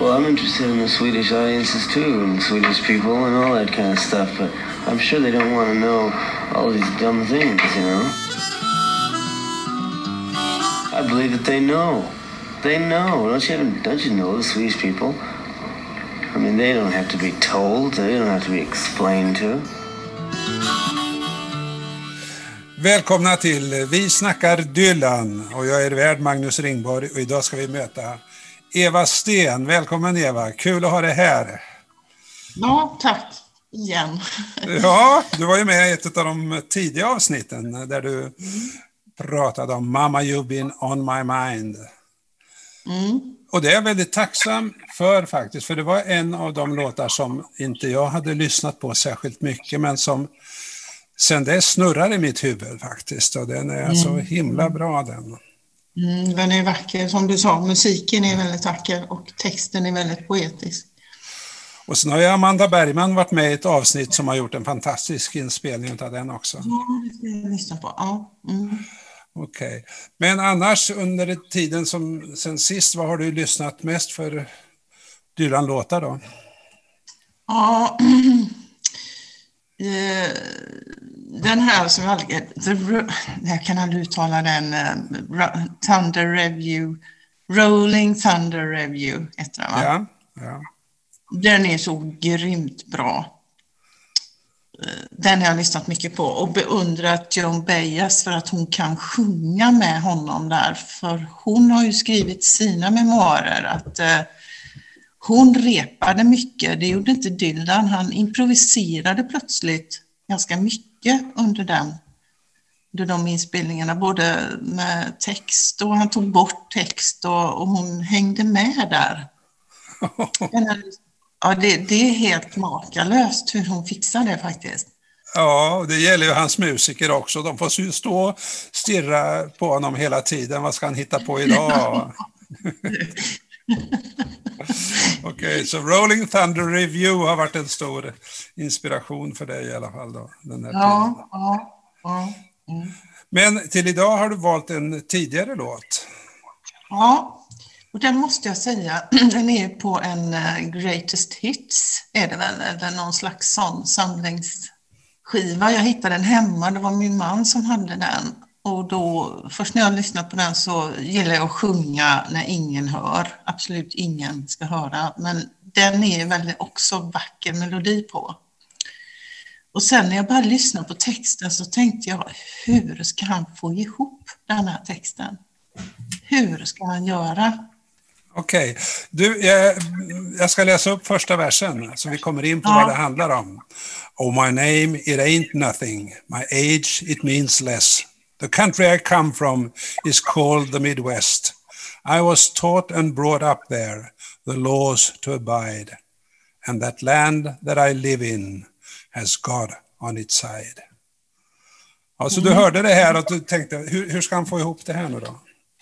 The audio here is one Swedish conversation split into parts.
Well, I'm interested in the Swedish audiences too, and Swedish people and all that kind of stuff, but I'm sure they don't want to know all these dumb things, you know? I believe that they know. They know. Don't you know the Swedish people? I mean, they don't have to be told. They don't have to be explained to. Välkomna till Vi snackar Dylan, och jag är värd Magnus Ringborg, och idag ska vi möta Eva Sten. Välkommen Eva, kul att ha dig här. Ja, tack igen. Ja, du var ju med i ett av de tidiga avsnitten där du pratade om Mama You've been on my mind. Och det är jag väldigt tacksam för faktiskt, för det var en av de låtar som inte jag hade lyssnat på särskilt mycket, men som sen det snurrar i mitt huvud faktiskt, och den är så himla bra den. Den är vacker, som du sa, musiken är väldigt vacker och texten är väldigt poetisk. Och sen har ju Amanda Bergman varit med i ett avsnitt som har gjort en fantastisk inspelning av den också. Ja, det ska jag lyssna på. Ja. Okej. Men annars under tiden som sen sist, vad har du lyssnat mest för Dylan-låtar då? Ja, den här som jag kan aldrig uttala den, Thunder Review, Rolling Thunder Review heter den, va? Ja. Den är så grymt bra. Den har jag lyssnat mycket på och beundrat Joan Baez för att hon kan sjunga med honom där. För hon har ju skrivit sina memoarer att hon repade mycket. Det gjorde inte Dylan. Han improviserade plötsligt ganska mycket under de inspelningarna. Både med text och han tog bort text och hon hängde med där. Ja, det är helt makalöst hur hon fixar det faktiskt. Ja, det gäller ju hans musiker också. De får ju stå och stirra på honom hela tiden. Vad ska han hitta på idag? Okej, så Rolling Thunder Review har varit en stor inspiration för dig i alla fall då. Den här Ja. Men till idag har du valt en tidigare låt. Ja. Och den måste jag säga, den är på en Greatest Hits, är det väl, eller någon slags sån samlingsskiva. Jag hittade den hemma, det var min man som hade den. Och då, först när jag lyssnade på den så gillar jag att sjunga när ingen hör. Absolut ingen ska höra, men den är väldigt också vacker melodi på. Och sen när jag började lyssna på texten så tänkte jag, hur ska han få ihop den här texten? Hur ska han göra? Okej. Du, jag ska läsa upp första versen så vi kommer in på vad det handlar om. Oh, my name, it ain't nothing. My age, it means less. The country I come from is called the Midwest. I was taught and brought up there, the laws to abide. And that land that I live in has God on its side. Alltså du hörde det här och du tänkte, hur ska han få ihop det här nu då?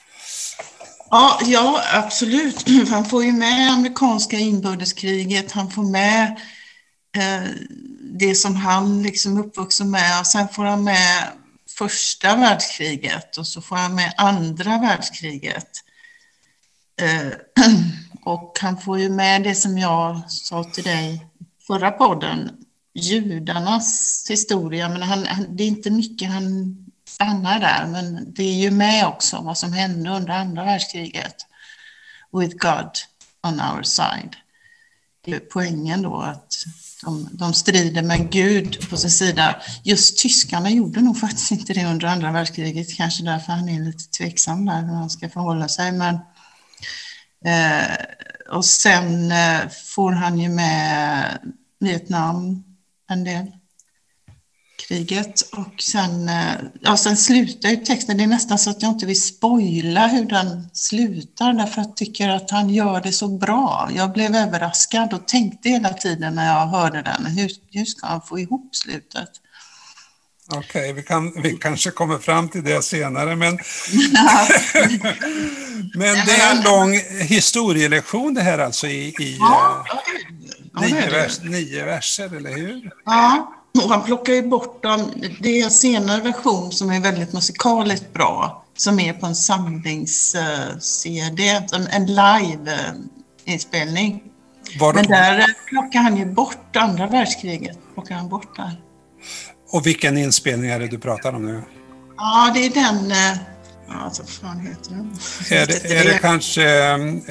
Ja, absolut. Han får ju med amerikanska inbördeskriget, han får med det som han liksom uppvuxen med, och sen får han med första världskriget och så får han med andra världskriget. Och han får ju med det som jag sa till dig förra podden, judarnas historia, men det är inte mycket han stannar där, men det är ju med också vad som hände under andra världskriget. With God on our side. Det är poängen då att de strider med Gud på sin sida. Just tyskarna gjorde nog faktiskt inte det under andra världskriget, kanske därför han är lite tveksam där hur han ska förhålla sig. Men, och sen får han ju med Vietnam en del. Kriget, och sen slutar ju texten, det är nästan så att jag inte vill spoila hur den slutar, därför att jag tycker att han gör det så bra. Jag blev överraskad och tänkte hela tiden när jag hörde den, hur ska han få ihop slutet? Okej, vi kanske kommer fram till det senare, men men det är en lång historielektion det här alltså i 9 verser, eller hur? Ja. Och han plockar ju bort dem. Det är en senare version som är väldigt musikaliskt bra, som är på en samlings-CD, en live inspelning. Men där plockar han ju bort andra världskriget. Plockar han bort där. Och vilken inspelning är det du pratar om nu? Ja, det är den... Alltså, vad fan heter den? Är det kanske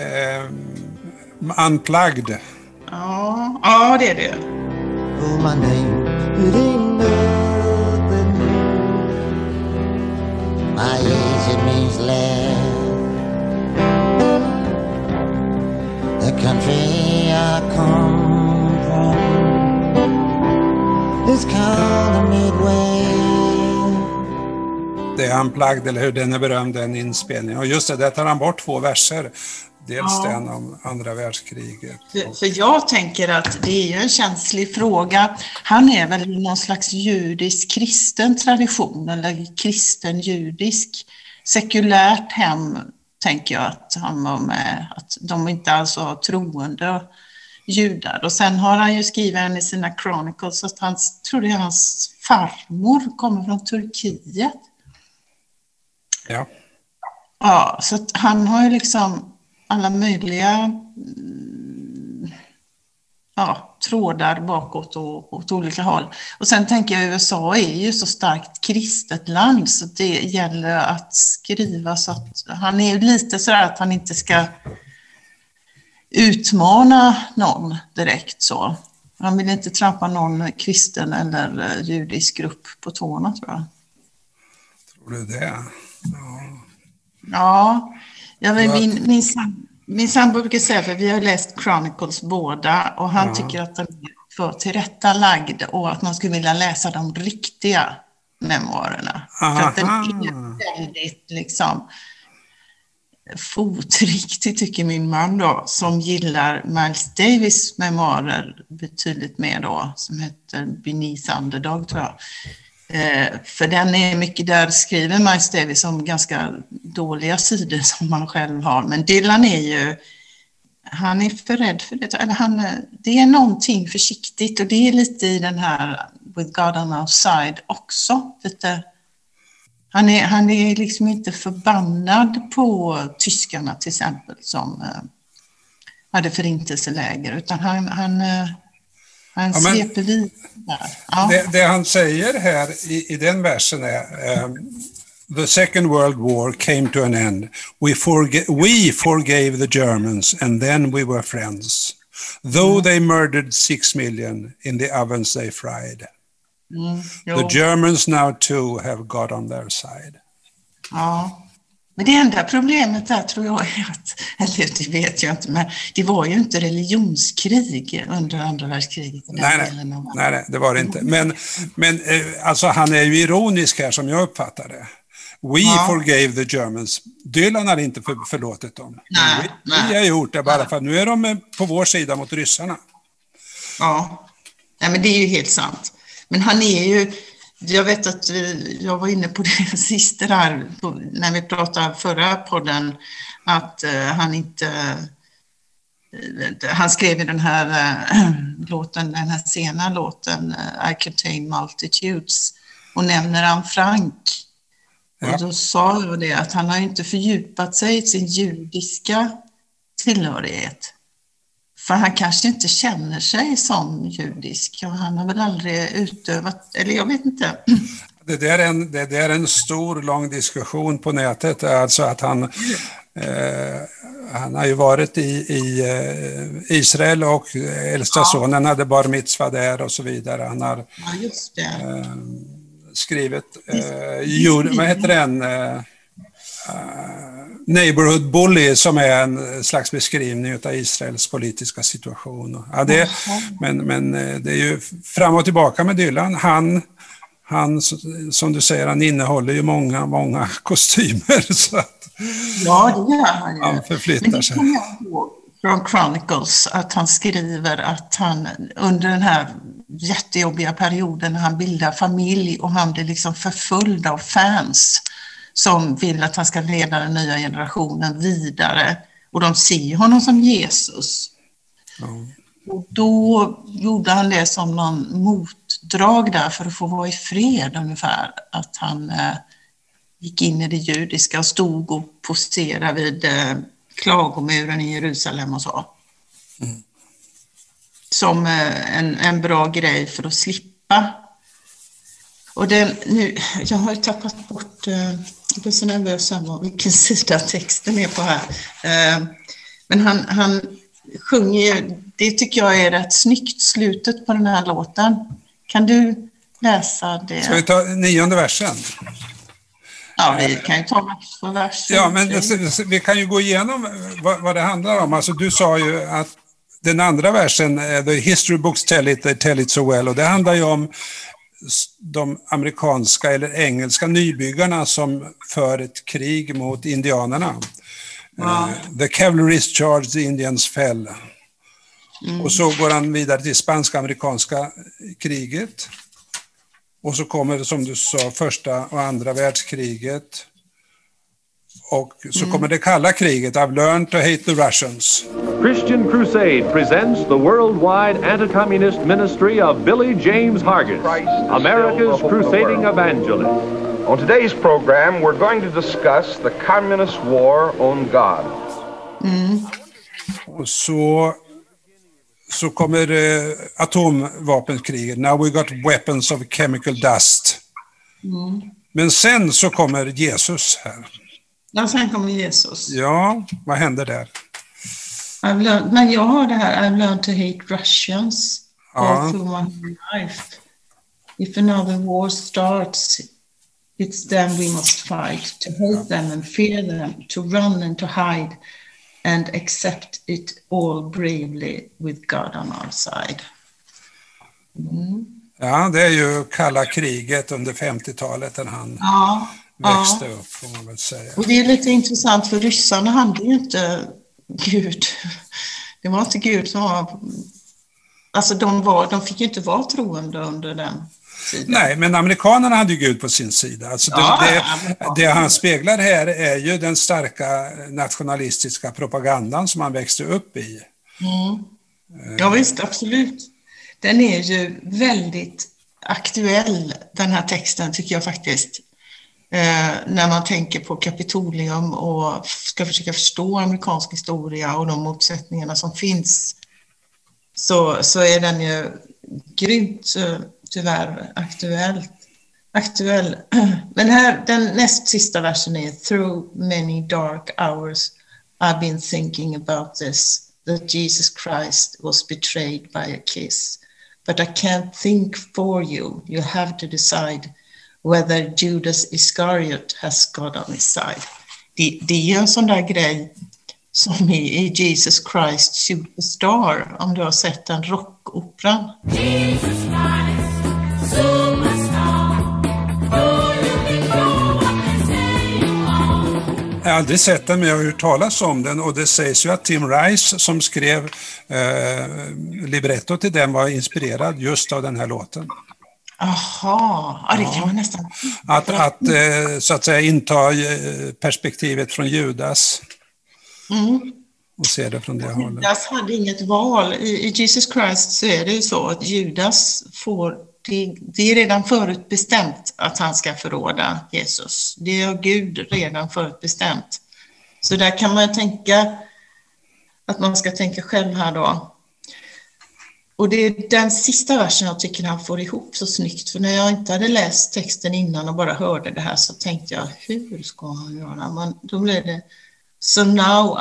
Unplugged? Ja, det är det. Oh, my name, it ain't nothing new. My age, it means land. The country I come from is called Midway. Det är Unplugged, eller hur? Den är berömd, den inspelningen. Och just det, där tar han bort 2 verser. Dels den om andra världskriget. För jag tänker att det är ju en känslig fråga. Han är väl i någon slags judisk-kristen tradition, eller kristen-judisk. Sekulärt hem, tänker jag att han var med. Att de inte alls har troende judar. Och sen har han ju skrivit en i sina Chronicles att tror det är hans farmor kommer från Turkiet. Ja. Ja, så att han har ju liksom alla möjliga trådar bakåt och åt olika håll. Och sen tänker jag, USA är ju så starkt kristet land så det gäller att skriva så att han är ju lite så att han inte ska utmana någon direkt så. Han vill inte trampa någon kristen eller judisk grupp på tårna, tror jag. Tror du det? Ja, min sambo brukar säga, för vi har läst Chronicles båda och han tycker att den är för tillrättalagd och att man skulle vilja läsa de riktiga memoarerna. För att den är väldigt liksom fotriktig, tycker min man då, som gillar Miles Davis memoarer betydligt mer då, som heter Beneath Underdog, tror jag. För den är mycket, där skriver Miles Davis om ganska dåliga sidor som man själv har. Men Dylan är ju, han är för rädd för det. Eller det är någonting försiktigt och det är lite i den här With God on Our Side också. Lite, han är liksom inte förbannad på tyskarna till exempel som hade förintelseläger, utan han sveper vidare där. Ja. Det han säger här i den versen är The Second World War came to an end. We forgave the Germans and then we were friends. Though they murdered 6 million in the ovens they fried. The Germans now too have got on their side. Ja. Men det enda problemet där tror jag är att, eller det vet jag inte, men det var ju inte religionskrig under andra världskriget. Nej, det var det inte. Men alltså, han är ju ironisk här som jag uppfattar det. We forgave the Germans. Dylan har inte förlåtit dem. Vi har gjort det bara för att nu är de på vår sida mot ryssarna. Ja, nej, men det är ju helt sant. Men han är ju... Jag vet att jag var inne på det sista där när vi pratade förra podden, att han skrev i den här låten, den här sena låten I Contain Multitudes, och nämner Anne Frank. Ja. Och då sa jag det att han har inte fördjupat sig i sin judiska tillhörighet. För han kanske inte känner sig som judisk och han har väl aldrig utövat, eller jag vet inte. Det är en stor, lång diskussion på nätet. Alltså att han har ju varit i Israel och äldsta sonen hade bar mitzvah där och så vidare. Han har skrivit, vad heter den? Neighborhood Bully, som är en slags beskrivning av Israels politiska situation. Ja, men det är ju fram och tillbaka med Dylan. Han som du säger, han innehåller ju många kostymer. Så att ja, det gör han ju. Han förflyttar sig. Men det kommer jag ihåg från Chronicles att han skriver att han under den här jättejobbiga perioden när han bildar familj och han blir liksom förföljd av fans som vill att han ska leda den nya generationen vidare. Och de ser honom som Jesus. Och då gjorde han det som någon motdrag där för att få vara i fred ungefär. Att han gick in i det judiska och stod och posterade vid klagomuren i Jerusalem och så. som en bra grej för att slippa. Och jag har ju tappat bort, jag blir så nervös över vilken sida texten är på här. Men han sjunger ju, det tycker jag är rätt snyggt, slutet på den här låten. Kan du läsa det? Ska vi ta 9:e versen? Ja, vi kan ju ta vers för vers. Ja, men vi kan ju gå igenom vad det handlar om. Alltså, du sa ju att den andra versen, the history books tell it, they tell it so well. Och det handlar ju om de amerikanska eller engelska nybyggarna som för ett krig mot indianerna. Ja. The cavalry's charge, the Indians fell. Och så går han vidare till spanska-amerikanska kriget. Och så kommer, som du sa, första och andra världskriget. Och så kommer det kalla kriget. I've learned to hate the Russians. Christian Crusade presents the worldwide anti-communist ministry of Billy James Hargis, America's crusading evangelist. On today's program, we're going to discuss the communist war on God. Och så kommer atomvapenkriget. Now we got weapons of chemical dust. Men sen så kommer Jesus här. Ja, sen kommer Jesus. Ja, vad händer där? Men jag har det här, I've learned to hate Russians all through my life. If another war starts, it's them we must fight, to hate them and fear them, to run and to hide, and accept it all bravely with God on our side. Ja, det är ju kalla kriget under 50-talet när han växte upp, får man väl säga. Och det är lite intressant, för ryssarna hade ju inte Gud. Det var inte Gud som var... Alltså de fick ju inte vara troende under den tiden. Nej, men amerikanerna hade ju Gud på sin sida. Alltså det han speglar här är ju den starka nationalistiska propagandan som han växte upp i. Ja visst, absolut. Den är ju väldigt aktuell, den här texten, tycker jag faktiskt. När man tänker på Kapitolium och ska försöka förstå amerikansk historia och de motsättningarna som finns, så är den ju grymt tyvärr aktuell. Men här, den näst sista versen är: Through many dark hours I've been thinking about this, that Jesus Christ was betrayed by a kiss. But I can't think for you. You have to decide whether Judas Iscariot has God on his side. Det är ju en sån där grej som i Jesus Christ Superstar, om du har sett den rockoperan. Jesus Christ, superstar. Jag har aldrig sett den, men jag har hört talas om den, och det sägs ju att Tim Rice som skrev libretto till den var inspirerad just av den här låten. Aha, ja, det kan man nästan... Att så att säga inta perspektivet från Judas och se det från det hållet. Judas hade inget val. I Jesus Christ så är det ju så att Judas får... Det är redan förutbestämt att han ska förråda Jesus. Det har Gud redan förutbestämt. Så där kan man tänka att man ska tänka själv här då. Och det är den sista versen jag tycker han får ihop så snyggt. För när jag inte hade läst texten innan och bara hörde det här, så tänkte jag, hur ska han göra? Men då blev det: So now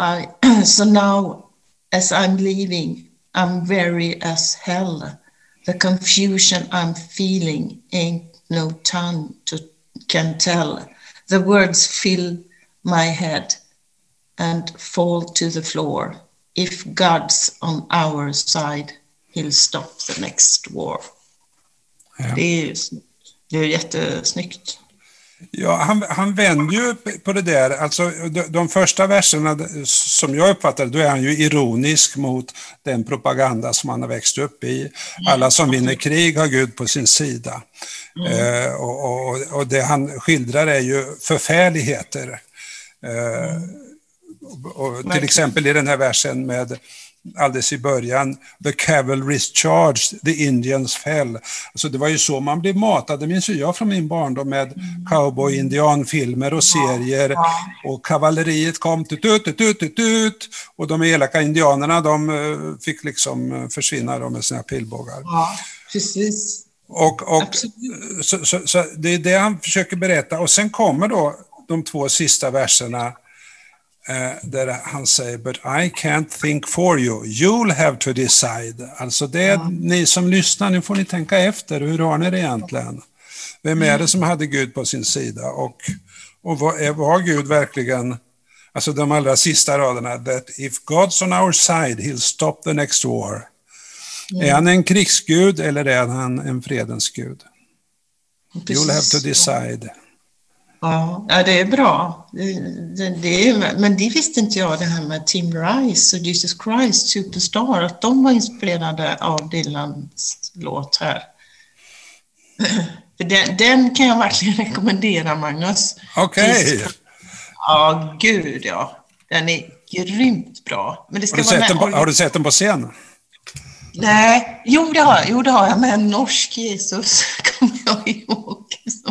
as I'm leaving, I'm very as hell. The confusion I'm feeling ain't no tongue can tell. The words fill my head and fall to the floor. If God's on our side, he'll stop the next war. Ja. Det är jättesnyggt. Ja, han vänder ju på det där. Alltså, de första verserna som jag uppfattar, då är han ju ironisk mot den propaganda som han har växt upp i. Alla som vinner krig har Gud på sin sida. Och det han skildrar är ju förfärligheter. Och till exempel i den här versen med alldeles i början, the cavalry's charged, the Indians fell. Alltså det var ju så man blev matad, det minns ju jag från min barndom med cowboy-indianfilmer och serier, och kavalleriet kom tut, och de elaka indianerna, de fick liksom försvinna då med sina pilbågar. Ja, precis. Och så det är det han försöker berätta, och sen kommer då de 2 sista verserna där han säger but I can't think for you, you'll have to decide. Alltså det är ni som lyssnar, nu får ni tänka efter, hur har ni det egentligen? Vem är det som hade Gud på sin sida, och var Gud verkligen, alltså de allra sista raderna, that if God's on our side he'll stop the next war. Är han en krigsgud eller är han en fredens gud? You'll have to decide. Ja, det är bra. Men det visste inte jag, det här med Tim Rice och Jesus Christ Superstar, att de var inspirerade av Dylans låt här. För den kan jag verkligen rekommendera, Magnus. Okej. Ja, gud ja. Den är grymt bra. Men det ska har du sett den på scen? Nej, jo det har jag, med en norsk Jesus kommer jag ihåg.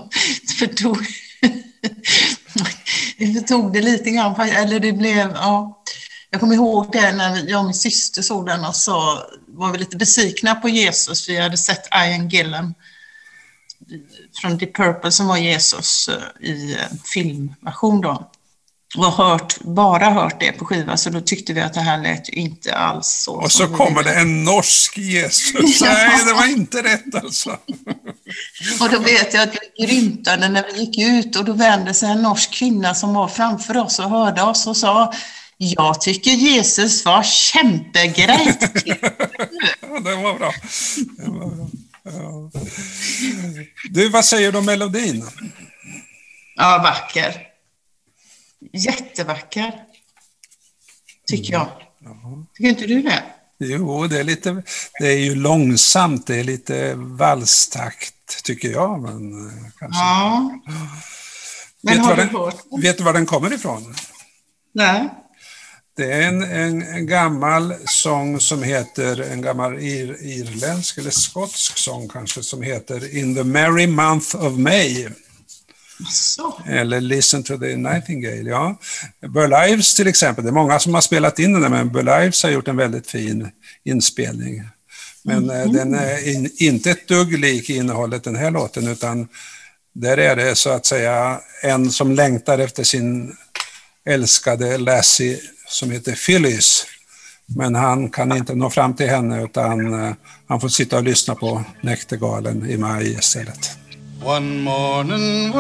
Jag tog det lite grann, eller det blev, ja. Jag kommer ihåg det när jag och min syster såg den, och så var vi lite besvikna på Jesus. Vi hade sett Ian Gillan från Deep Purple som var Jesus i filmversion då. Och bara hört det på skiva, så då tyckte vi att det här lät ju inte alls så. Och så kommer det en norsk Jesus. Nej, det var inte rätt alltså. Och då vet jag att vi grymtade när vi gick ut, och då vände sig en norsk kvinna som var framför oss och hörde oss och sa: jag tycker Jesus var kämpegrejt. Ja, det var bra. Ja. Du, vad säger du om melodin? Ja, vacker. Jättevacker, tycker jag. Tycker inte du det? Jo, det är ju långsamt, det är lite valstakt, tycker jag. Men kanske. Ja. Men vet du var den kommer ifrån? Nej. Det är en gammal sång som heter, en gammal irländsk eller skotsk sång kanske, som heter In the Merry Month of May. Så. Eller Listen to the Nightingale, ja. Burl Ives till exempel, det är många som har spelat in den, men Burl Ives har gjort en väldigt fin inspelning. Men den är inte ett dugg lik innehållet den här låten, utan där är det så att säga en som längtar efter sin älskade Lassie som heter Phyllis. Men han kan inte nå fram till henne, utan han får sitta och lyssna på Näktergalen i maj istället. One morning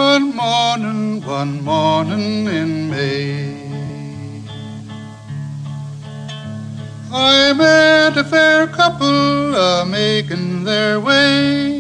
in May, I met a fair couple making their way.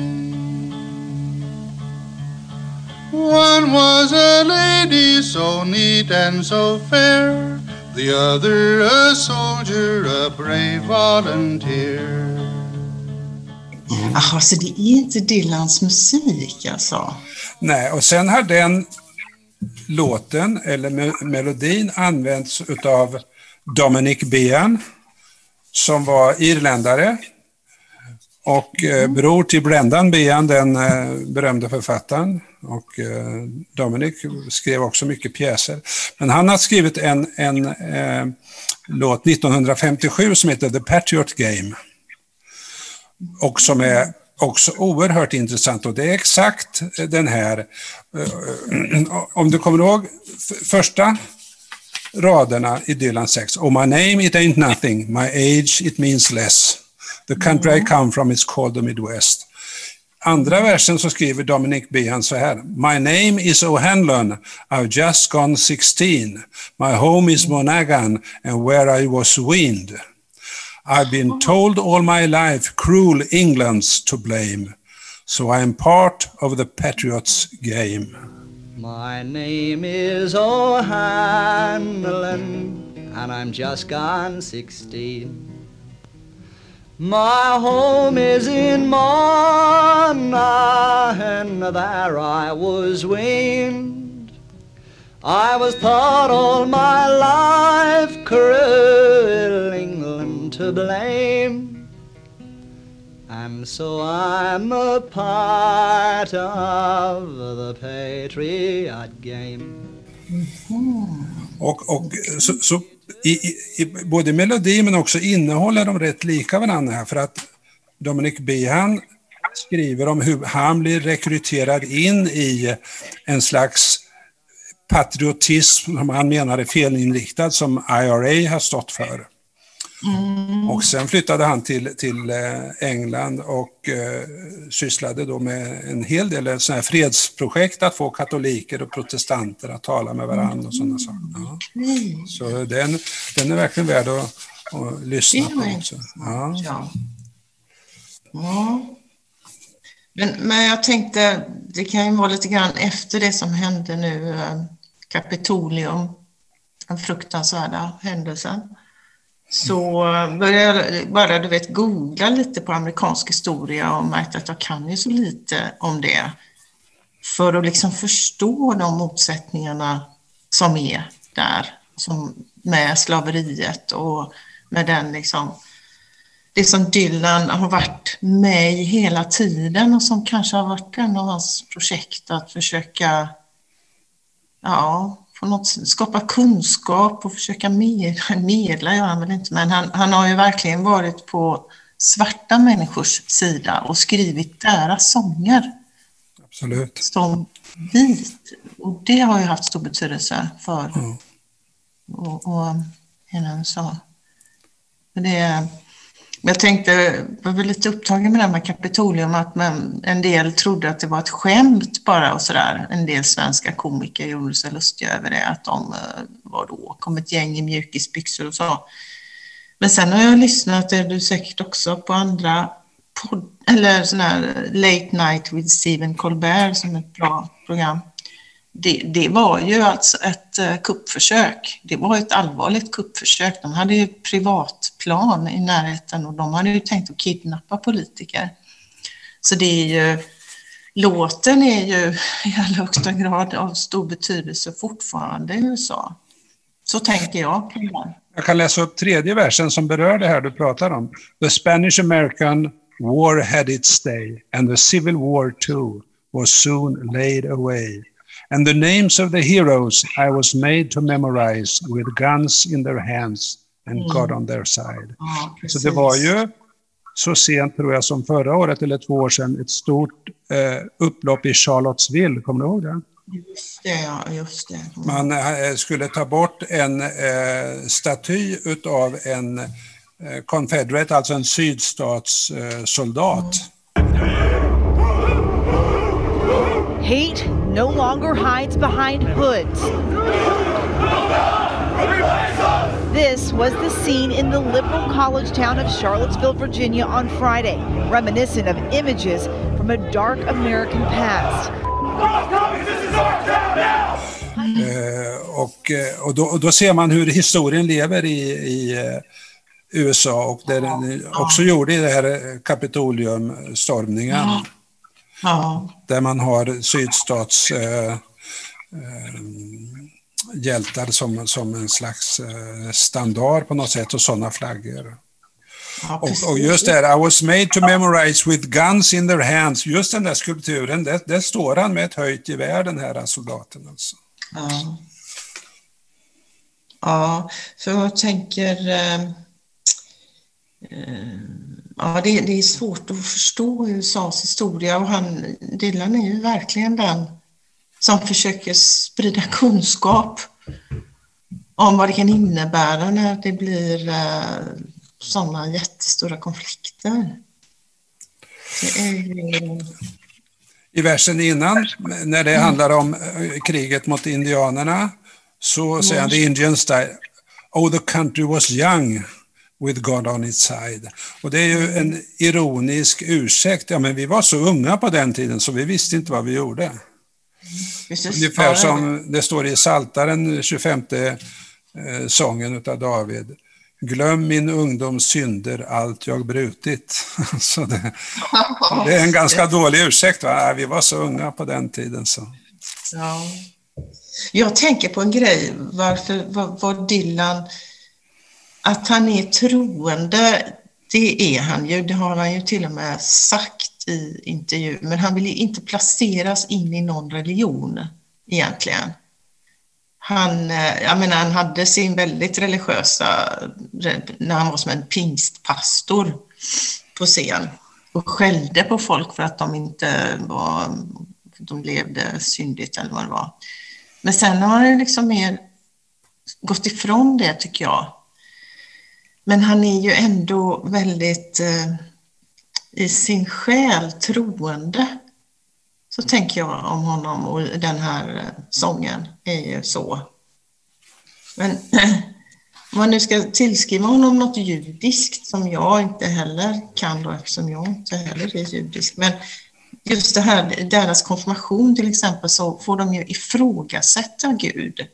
One was a lady so neat and so fair, the other a soldier, a brave volunteer. Jaha, så det är inte Dylans musik alltså? Nej, och sen har den låten eller melodin använts utav Dominic Behan, som var irländare och bror till Brendan Behan, den berömda författaren. Och Dominic skrev också mycket pjäser. Men han har skrivit en låt 1957 som heter The Patriot Game. Och som är också oerhört intressant, och det är exakt den här, om du kommer ihåg första raderna i Dylan 6. Oh, my name it ain't nothing, my age it means less, the country I come from is called the Midwest. Andra versen så skriver Dominic Behan så här: My name is O'Hanlon, I've just gone 16, my home is Monaghan and where I was weaned. I've been told all my life cruel England's to blame, so I'm part of the Patriots game. My name is O'Hanlon and I'm just gone 16. My home is in Monaghan, there I was weaned. I was taught all my life cruel England to blame. And so I'm a part of the Patriot game. Och så i både melodi men också innehåller de rätt lika varandra här, för att Dominic Behan skriver om hur han blir rekryterad in i en slags patriotism som han menar är felinriktad, som IRA har stått för. Och sen flyttade han till England och sysslade då med en hel del sådana här fredsprojekt, att få katoliker och protestanter att tala med varandra och sådana saker. Ja. Så den är verkligen värd att lyssna på också. Ja. Men jag tänkte, det kan ju vara lite grann efter det som hände nu, Kapitolium, den fruktansvärda händelsen. Så började du googla lite på amerikansk historia och märkte att jag kan ju så lite om det. För att liksom förstå de motsättningarna som är där, som med slaveriet och med den liksom, det som Dylan har varit med i hela tiden och som kanske har varit en av hans projekt att försöka på något sätt skapa kunskap och försöka medla gör han väl inte, men han har ju verkligen varit på svarta människors sida och skrivit deras sånger. Absolut. Som vit. Och det har ju haft stor betydelse för och henne så. Jag tänkte, jag var lite upptagen med det med Kapitolium, att en del trodde att det var ett skämt bara och sådär. En del svenska komiker gjorde sig lustiga över det, att de kom ett gäng i mjukisbyxor och så. Men sen har jag lyssnat, det är du säkert också, på andra eller sån här Late Night with Stephen Colbert som ett bra program. Det var ju alltså ett kuppförsök. Det var ett allvarligt kuppförsök. De hade ju privatplan i närheten och de hade ju tänkt att kidnappa politiker. Så det är ju, låten är ju i allra högsta grad av stor betydelse fortfarande i USA. Så tänker jag. Jag kan läsa upp tredje versen som berör det här du pratar om. The Spanish-American war had its day and the Civil War too was soon laid away. And the names of the heroes I was made to memorize with guns in their hands and God on their side. Så det var ju så sent tror jag som förra året eller 2 år sedan ett stort upplopp i Charlottesville, kommer du ihåg det? Just det. Man skulle ta bort en staty utav en Confederate, alltså en sydstatssoldat. Hate no longer hides behind hoods. This was the scene in the liberal college town of Charlottesville, Virginia on Friday, reminiscent of images from a dark American past. Och då ser man hur historien lever i USA och det den också gjorde i det här Kapitoliumstormningen. Där man har sydstats hjältar som en slags standard på något sätt och sådana flaggor. Och just det, I was made to memorize with guns in their hands. Just den där skulpturen, där står han med ett höjt gevär, den här soldaten alltså. Ja, för jag tänker det är svårt att förstå USAs historia och Dylan är ju verkligen den som försöker sprida kunskap om vad det kan innebära när det blir sådana jättestora konflikter. Det är ju... I versen innan, när det handlar om kriget mot indianerna, så säger han the Indians died. Oh, the country was young with God on its side. Och det är ju en ironisk ursäkt. Ja, men vi var så unga på den tiden så vi visste inte vad vi gjorde. Ungefär som det står i Psaltaren, 25:e sången utav David. Glöm min ungdoms synder, allt jag brutit. Så det är en ganska dålig ursäkt, va? Vi var så unga på den tiden. Så. Ja. Jag tänker på en grej, vad Dylan Att han är troende, det är han ju. Det har han ju till och med sagt i intervju. Men han vill ju inte placeras in i någon religion egentligen. Han hade sin väldigt religiösa, när han var som en pingstpastor på scen. Och skällde på folk för att de levde syndigt eller vad det var. Men sen har han liksom mer gått ifrån det, tycker jag. Men han är ju ändå väldigt i sin själ troende. Så tänker jag om honom, och den här sången är ju så. Men om man nu ska tillskriva honom något judiskt som jag inte heller kan då, eftersom jag inte heller är judisk. Men just det här, deras konfirmation till exempel, så får de ju ifrågasätta Gud.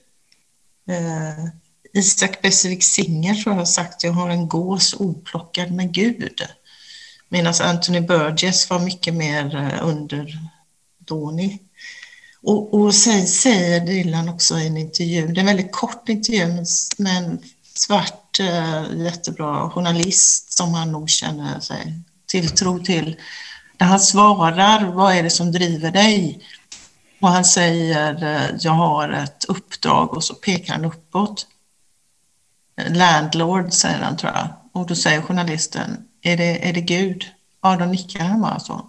Isak Besvik Singer tror jag har sagt, jag har en gås oplockad med Gud. Medan Anthony Burgess var mycket mer underdånig. Och säger Dylan också i en intervju, det är en väldigt kort intervju med en svart jättebra journalist som han nog känner sig tilltro till. Där han svarar, vad är det som driver dig? Och han säger, jag har ett uppdrag, och så pekar han uppåt. Landlord, säger han, tror jag. Och då säger journalisten, är det Gud? Ja, då nickar han bara så.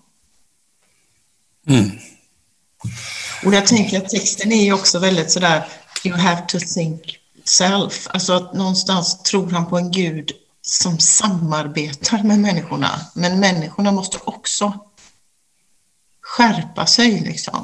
Och jag tänker att texten är ju också väldigt sådär, you have to think self. Alltså att någonstans tror han på en Gud som samarbetar med människorna. Men människorna måste också skärpa sig liksom.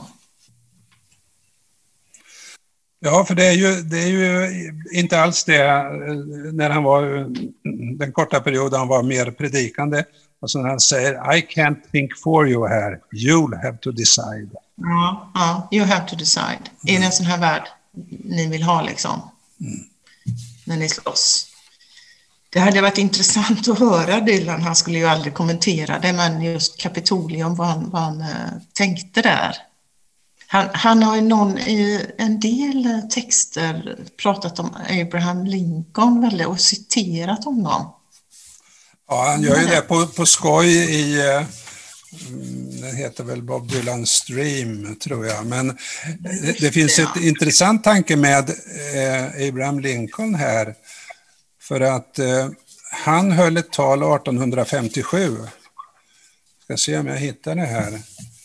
Ja, för det är ju inte alls det när han var den korta perioden han var mer predikande. Alltså när han säger I can't think for you här, you'll have to decide. Ja, you have to decide. Är det en sån här värld ni vill ha liksom? När ni slåss. Det hade varit intressant att höra Dylan, han skulle ju aldrig kommentera det, men just Kapitolium, vad han tänkte där. Han har ju i en del texter pratat om Abraham Lincoln väldigt och citerat honom. Ja, han gör ju det på skoj i, det heter väl Bob Dylan Stream tror jag, men det finns ett intressant tanke med Abraham Lincoln här, för att han höll ett tal 1857. Ska se om jag hittar det här.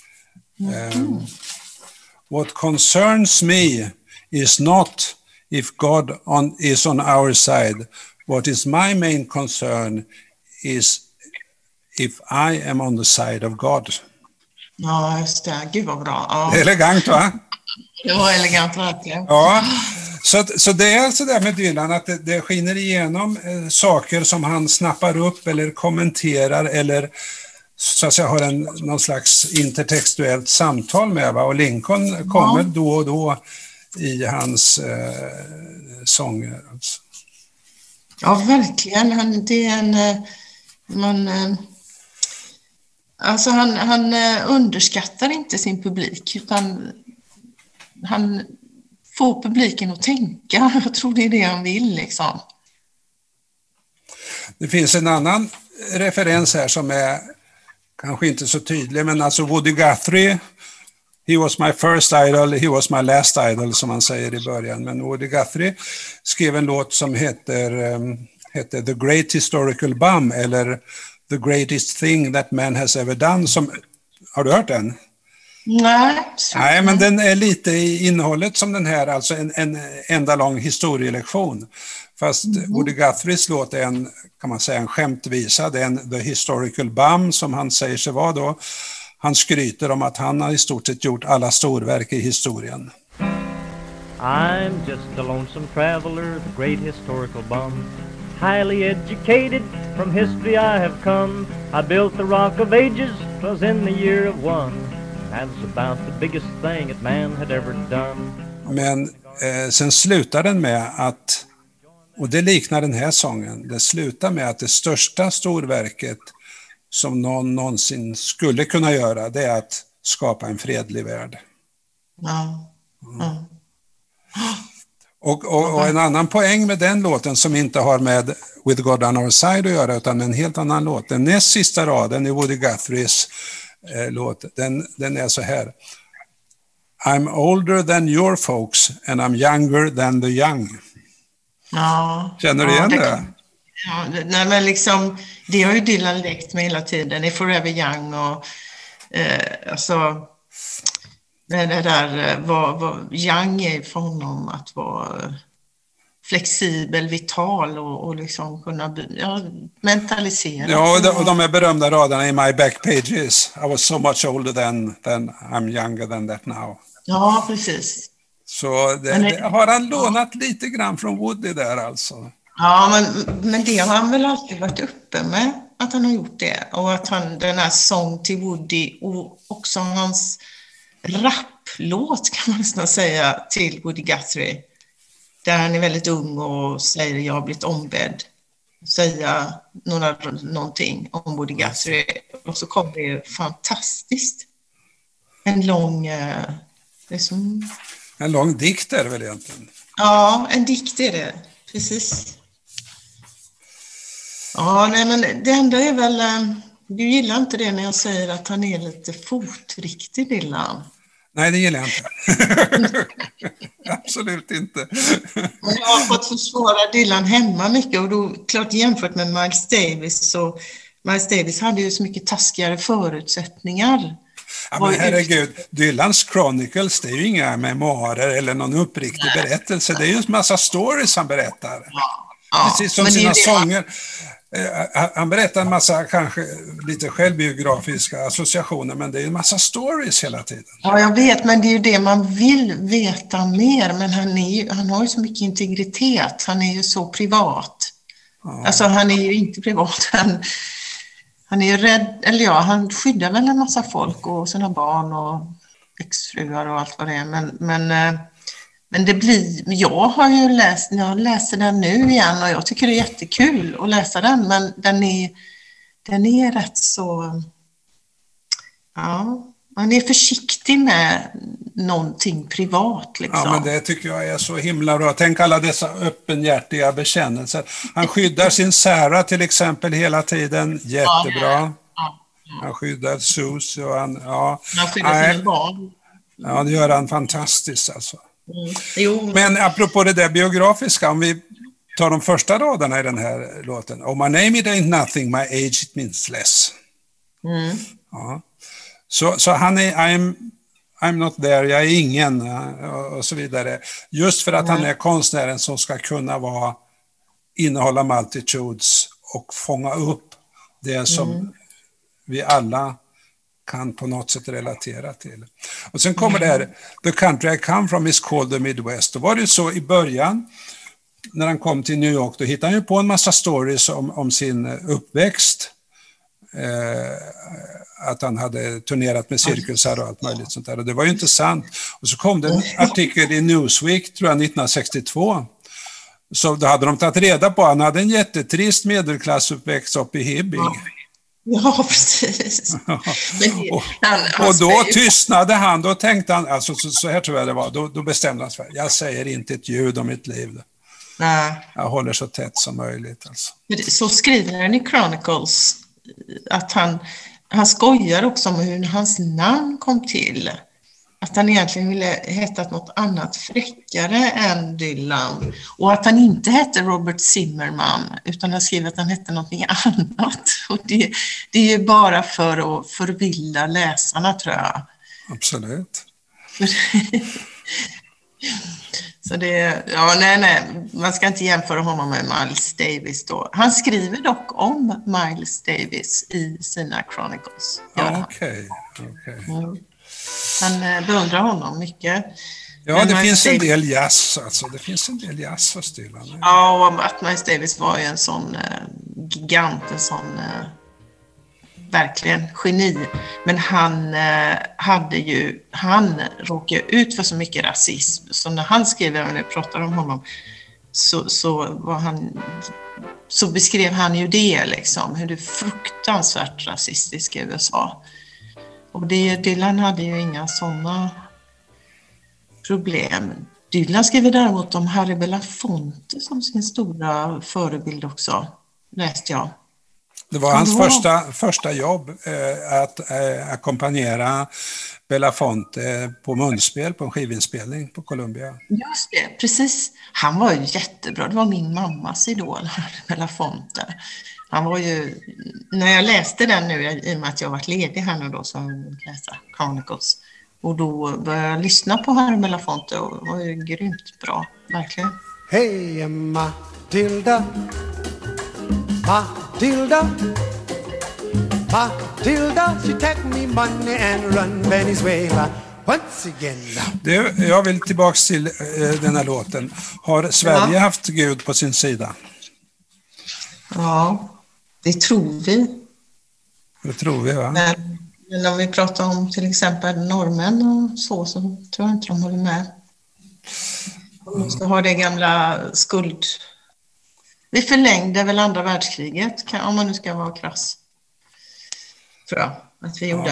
What concerns me is not if God is on our side. What is my main concern is if I am on the side of God. Ja, just det. Gud vad bra. Ja. Elegant, va? Det var elegant verkligen. Ja, så det är alltså där med Dylan att det skiner igenom saker som han snappar upp eller kommenterar eller så att säga har någon slags intertextuellt samtal med, va? Och Lincoln kommer då och då i hans sånger. Alltså. Ja, verkligen. Han underskattar inte sin publik, utan han får publiken att tänka. Jag tror det är det han vill liksom. Det finns en annan referens här som är kanske inte så tydlig, men alltså Woody Guthrie, he was my first idol, he was my last idol som man säger i början, men Woody Guthrie skrev en låt som heter The Great Historical Bum eller The Greatest Thing That Man Has Ever Done. Har du hört den? Nej, men den är lite i innehållet som den här, alltså en enda lång historielektion. Fast Woody Guthries låt är kan man säga en skämtvisa, det är en The Historical Bum som han säger sig vara då. Han skryter om att han har i stort sett gjort alla storverk i historien. I'm just a lonesome traveler, the great historical bum. Highly educated, from history I have come. I built the Rock of Ages, 'twas in the year of one. That was about the biggest thing that man had ever done. Men sen slutar den med att, och det liknar den här sången, det slutar med att det största storverket som någon någonsin skulle kunna göra, det är att skapa en fredlig värld. Ja. Och en annan poäng med den låten som inte har med With God on Our Side att göra utan med en helt annan låt. Den näst sista raden i Woody Guthrie's låt, den är så här. I'm older than your folks and I'm younger than the young. Ja. Känner du igen det? Ja, nej, men liksom, det har ju Dylan lekt med hela tiden. I Forever Young och alltså det där vad young är för honom att vara flexibel, vital och liksom kunna mentalisera. Ja, och de är berömda raderna i My Back Pages. I was so much older than I'm younger than that now. Ja, precis. Så det har han lånat lite grann från Woody där alltså. Ja, men det har han väl alltid varit uppe med, att han har gjort det. Och att den här sång till Woody och också hans rapplåt kan man nästan säga till Woody Guthrie. Där han är väldigt ung och säger jag har blivit ombedd säga någonting om Woody Guthrie. Och så kommer det fantastiskt. En lång... En lång dikt är det väl egentligen? Ja, en dikt är det. Precis. Ja, nej, men det enda är väl... Du gillar inte det när jag säger att han är lite fotriktig, Dylan. Nej, det gillar jag inte. Absolut inte. Men jag har fått försvara Dylan hemma mycket och då klart jämfört med Miles Davis så Miles Davis hade ju så mycket taskigare förutsättningar. Ja, men herregud, Dylans Chronicles, det är ju inga memoarer eller någon uppriktig berättelse. Det är ju en massa stories han berättar. Ja, precis som sina sånger. Han berättar en massa kanske lite självbiografiska associationer, men det är en massa stories hela tiden. Ja, jag vet, men det är ju det man vill veta mer. Men han har ju så mycket integritet. Han är ju så privat. Ja. Alltså han är ju inte privat. Han är ju rädd, eller ja, han skyddar väl en massa folk och sina barn och exfruar och allt vad det är. Men det blir, jag läser den nu igen och jag tycker det är jättekul att läsa den, men den är rätt så, ja, man är försiktig med någonting privat liksom. Ja, men det tycker jag är så himla bra. Tänk alla dessa öppenhjärtiga bekännelser. Han skyddar sin Sarah till exempel hela tiden, jättebra. Han skyddar Susie och han skyddar sina barn. Ja, det gör han fantastiskt alltså. Men apropå det där biografiska, om vi tar de första raderna i den här låten. Oh, my name it ain't nothing, my age it means less. Ja. Så han är, I'm not there, jag är ingen och så vidare. Just för att han är konstnären som ska kunna innehålla multitudes och fånga upp det som vi alla kan på något sätt relatera till. Och sen kommer det här, the country I come from is called the Midwest. Då var det så i början, när han kom till New York, då hittade han ju på en massa stories om sin uppväxt. Att han hade turnerat med cirkusar och allt möjligt sånt där. Och det var ju inte sant. Och så kom det en artikel i Newsweek, tror jag, 1962. Så då hade de tagit reda på att han hade en jättetrist medelklassuppväxt upp i Hibbing. Ja, precis. Och då tystnade han, då tänkte han, alltså så här tror jag det var, då bestämde han sig för, jag säger inte ett ljud om mitt liv. Nej. Jag håller så tätt som möjligt. Alltså. Så skriver han i Chronicles att han skojar också om hur hans namn kom till. Att han egentligen ville heta något annat fräckare än Dylan. Och att han inte hette Robert Zimmerman utan han skrev att han hette någonting annat. Och det är ju bara för att förvilla läsarna, tror jag. Absolut. Så det, nej, man ska inte jämföra honom med Miles Davis då. Han skriver dock om Miles Davis i sina Chronicles. Okej. Han beundrar honom mycket. Ja, men det finns en del jazz, alltså. Det finns en del jazz hos Dylan. Ja, och att Miles Davis var ju en sån gigant, en sån verkligen geni. Men han råkade ut för så mycket rasism. Så när han skrev, när jag pratar om honom, så beskrev han ju det liksom, hur det är fruktansvärt rasistiskt i USA. Och Dylan hade ju inga sådana problem. Dylan skriver däremot om Harry Belafonte som sin stora förebild också, läste jag. Det var hans första jobb att ackompanjera Belafonte på munspel på en skivinspelning på Columbia. Just det, precis. Han var ju jättebra. Det var min mammas idol, Belafonte. Han var ju, när jag läste den nu, i och med att jag varit ledig här nu då, som läsa Chronicles, och då började jag lyssna på Harry Belafonte och var ju grymt bra, verkligen. Hey Matilda, Matilda, Matilda, she take me money and run Venezuela once again. Jag vill tillbaks till den här låten. Har Sverige haft Gud på sin sida? Ja, det tror vi. Det tror vi, va? Men om vi pratar om till exempel norrmän och så tror jag inte de håller med. De ska ha det gamla skuld. Vi förlängde väl andra världskriget, om man nu ska vara krass. Tror jag att vi gjorde.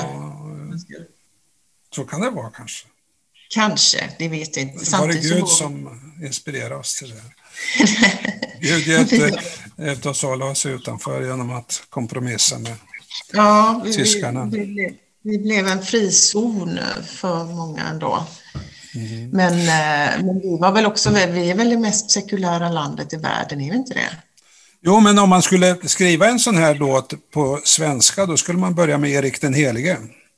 Så kan det vara kanske. Kanske, det vet jag inte. Var det Gud som inspirerade oss till det? Gud hjälpte oss hålla oss utanför genom att kompromissa med tyskarna. Vi blev en frizon för många ändå. Men vi var väl också, vi är väl det mest sekulära landet i världen, är vi inte det? Jo, men om man skulle skriva en sån här låt på svenska, då skulle man börja med Erik den Helige.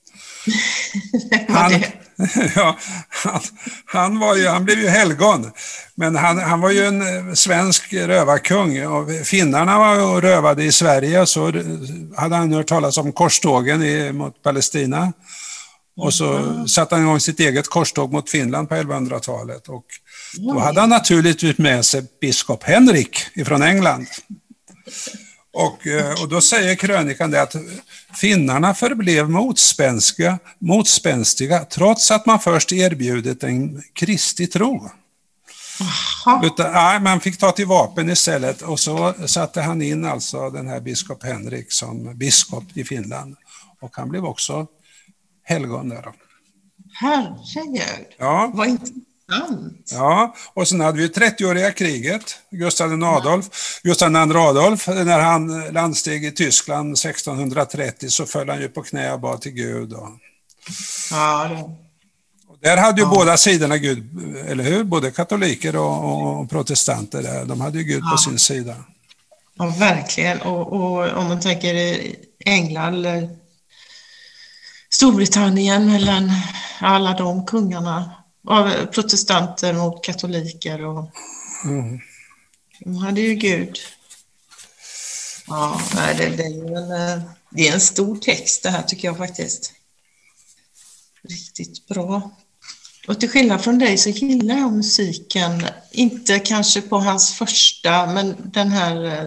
Han blev ju helgon, men han var ju en svensk rövarkung, och finnarna var och rövade i Sverige, och så hade han hört talas om korstågen mot Palestina, och så satte han igång sitt eget korståg mot Finland på 1100-talet, och då hade han naturligtvis med sig biskop Henrik ifrån England. Och då säger krönikan det att finnarna förblev motspänstiga trots att man först erbjudit en kristig tro. Man fick ta till vapen istället, och så satte han in alltså den här biskop Henrik som biskop i Finland, och han blev också helgon där då. Herregud, vad intressant. Ja, och sen hade vi 30-åriga kriget. Gustav II Adolf, när han landsteg i Tyskland 1630, så föll han ju på knä och bad till Gud. Och där hade ju båda sidorna Gud, eller hur? Både katoliker och protestanter där. De hade ju Gud på sin sida. Ja, verkligen. Och om man tänker England, Storbritannien, mellan alla de kungarna, av protestanter mot katoliker, och de hade ju Gud. Ja, det är en stor text det här, tycker jag faktiskt. Riktigt bra. Och till skillnad från dig så gillar jag musiken, inte kanske på hans första, men den här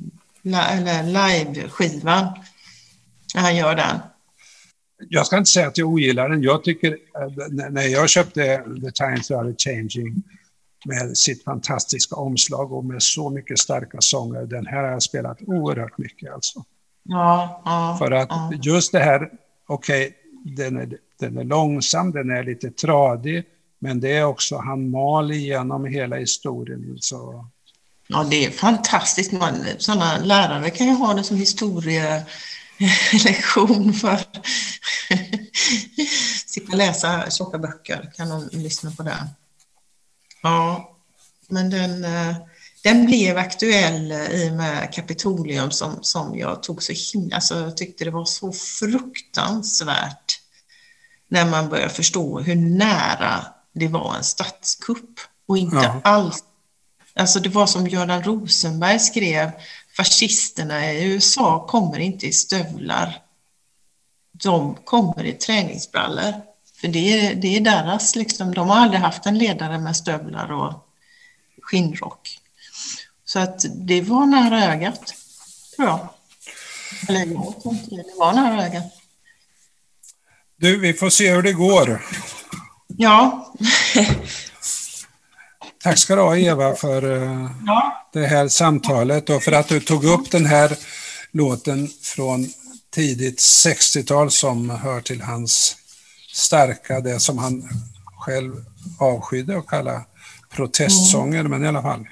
live-skivan när han gör den. Jag ska inte säga att jag ogillar den. Jag tycker, när jag köpte The Times Are Changing med sitt fantastiska omslag och med så mycket starka sånger, den här har jag spelat oerhört mycket alltså. För att just det här, den är långsam, den är lite tradig, men det är också, han mal igenom hela historien. Så. Ja, det är fantastiskt. Sådana lärare kan ju ha det som lektion för sitta och läsa tjocka böcker, kan de lyssna på det. Ja, men den blev aktuell i med Kapitolium som jag tog så himla, alltså jag tyckte det var så fruktansvärt när man börjar förstå hur nära det var en statskupp, och inte alls, alltså det var som Göran Rosenberg skrev, fascisterna i USA kommer inte i stövlar. De kommer i träningsbrallor. För det är deras, liksom, de har aldrig haft en ledare med stövlar och skinnrock. Så att det var nära ögat, tror jag. Eller jag tror inte det var nära ögat. Du, vi får se hur det går. Ja. Tack ska du ha, Eva, för det här samtalet, och för att du tog upp den här låten från tidigt 60-tal som hör till hans starka, det som han själv avskydde och kalla protestsånger, men i alla fall.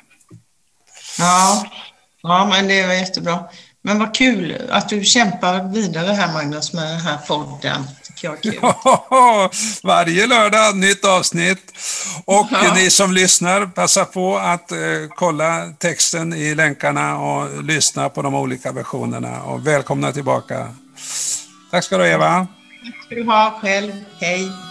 Ja, men det var jättebra. Men vad kul att du kämpar vidare här, Magnus, med den här podden. Tycker jag är kul. Varje lördag, nytt avsnitt. Och ni som lyssnar, passa på att kolla texten i länkarna och lyssna på de olika versionerna. Och välkomna tillbaka. Tack ska du ha, Eva. Tack ska du ha själv. Hej.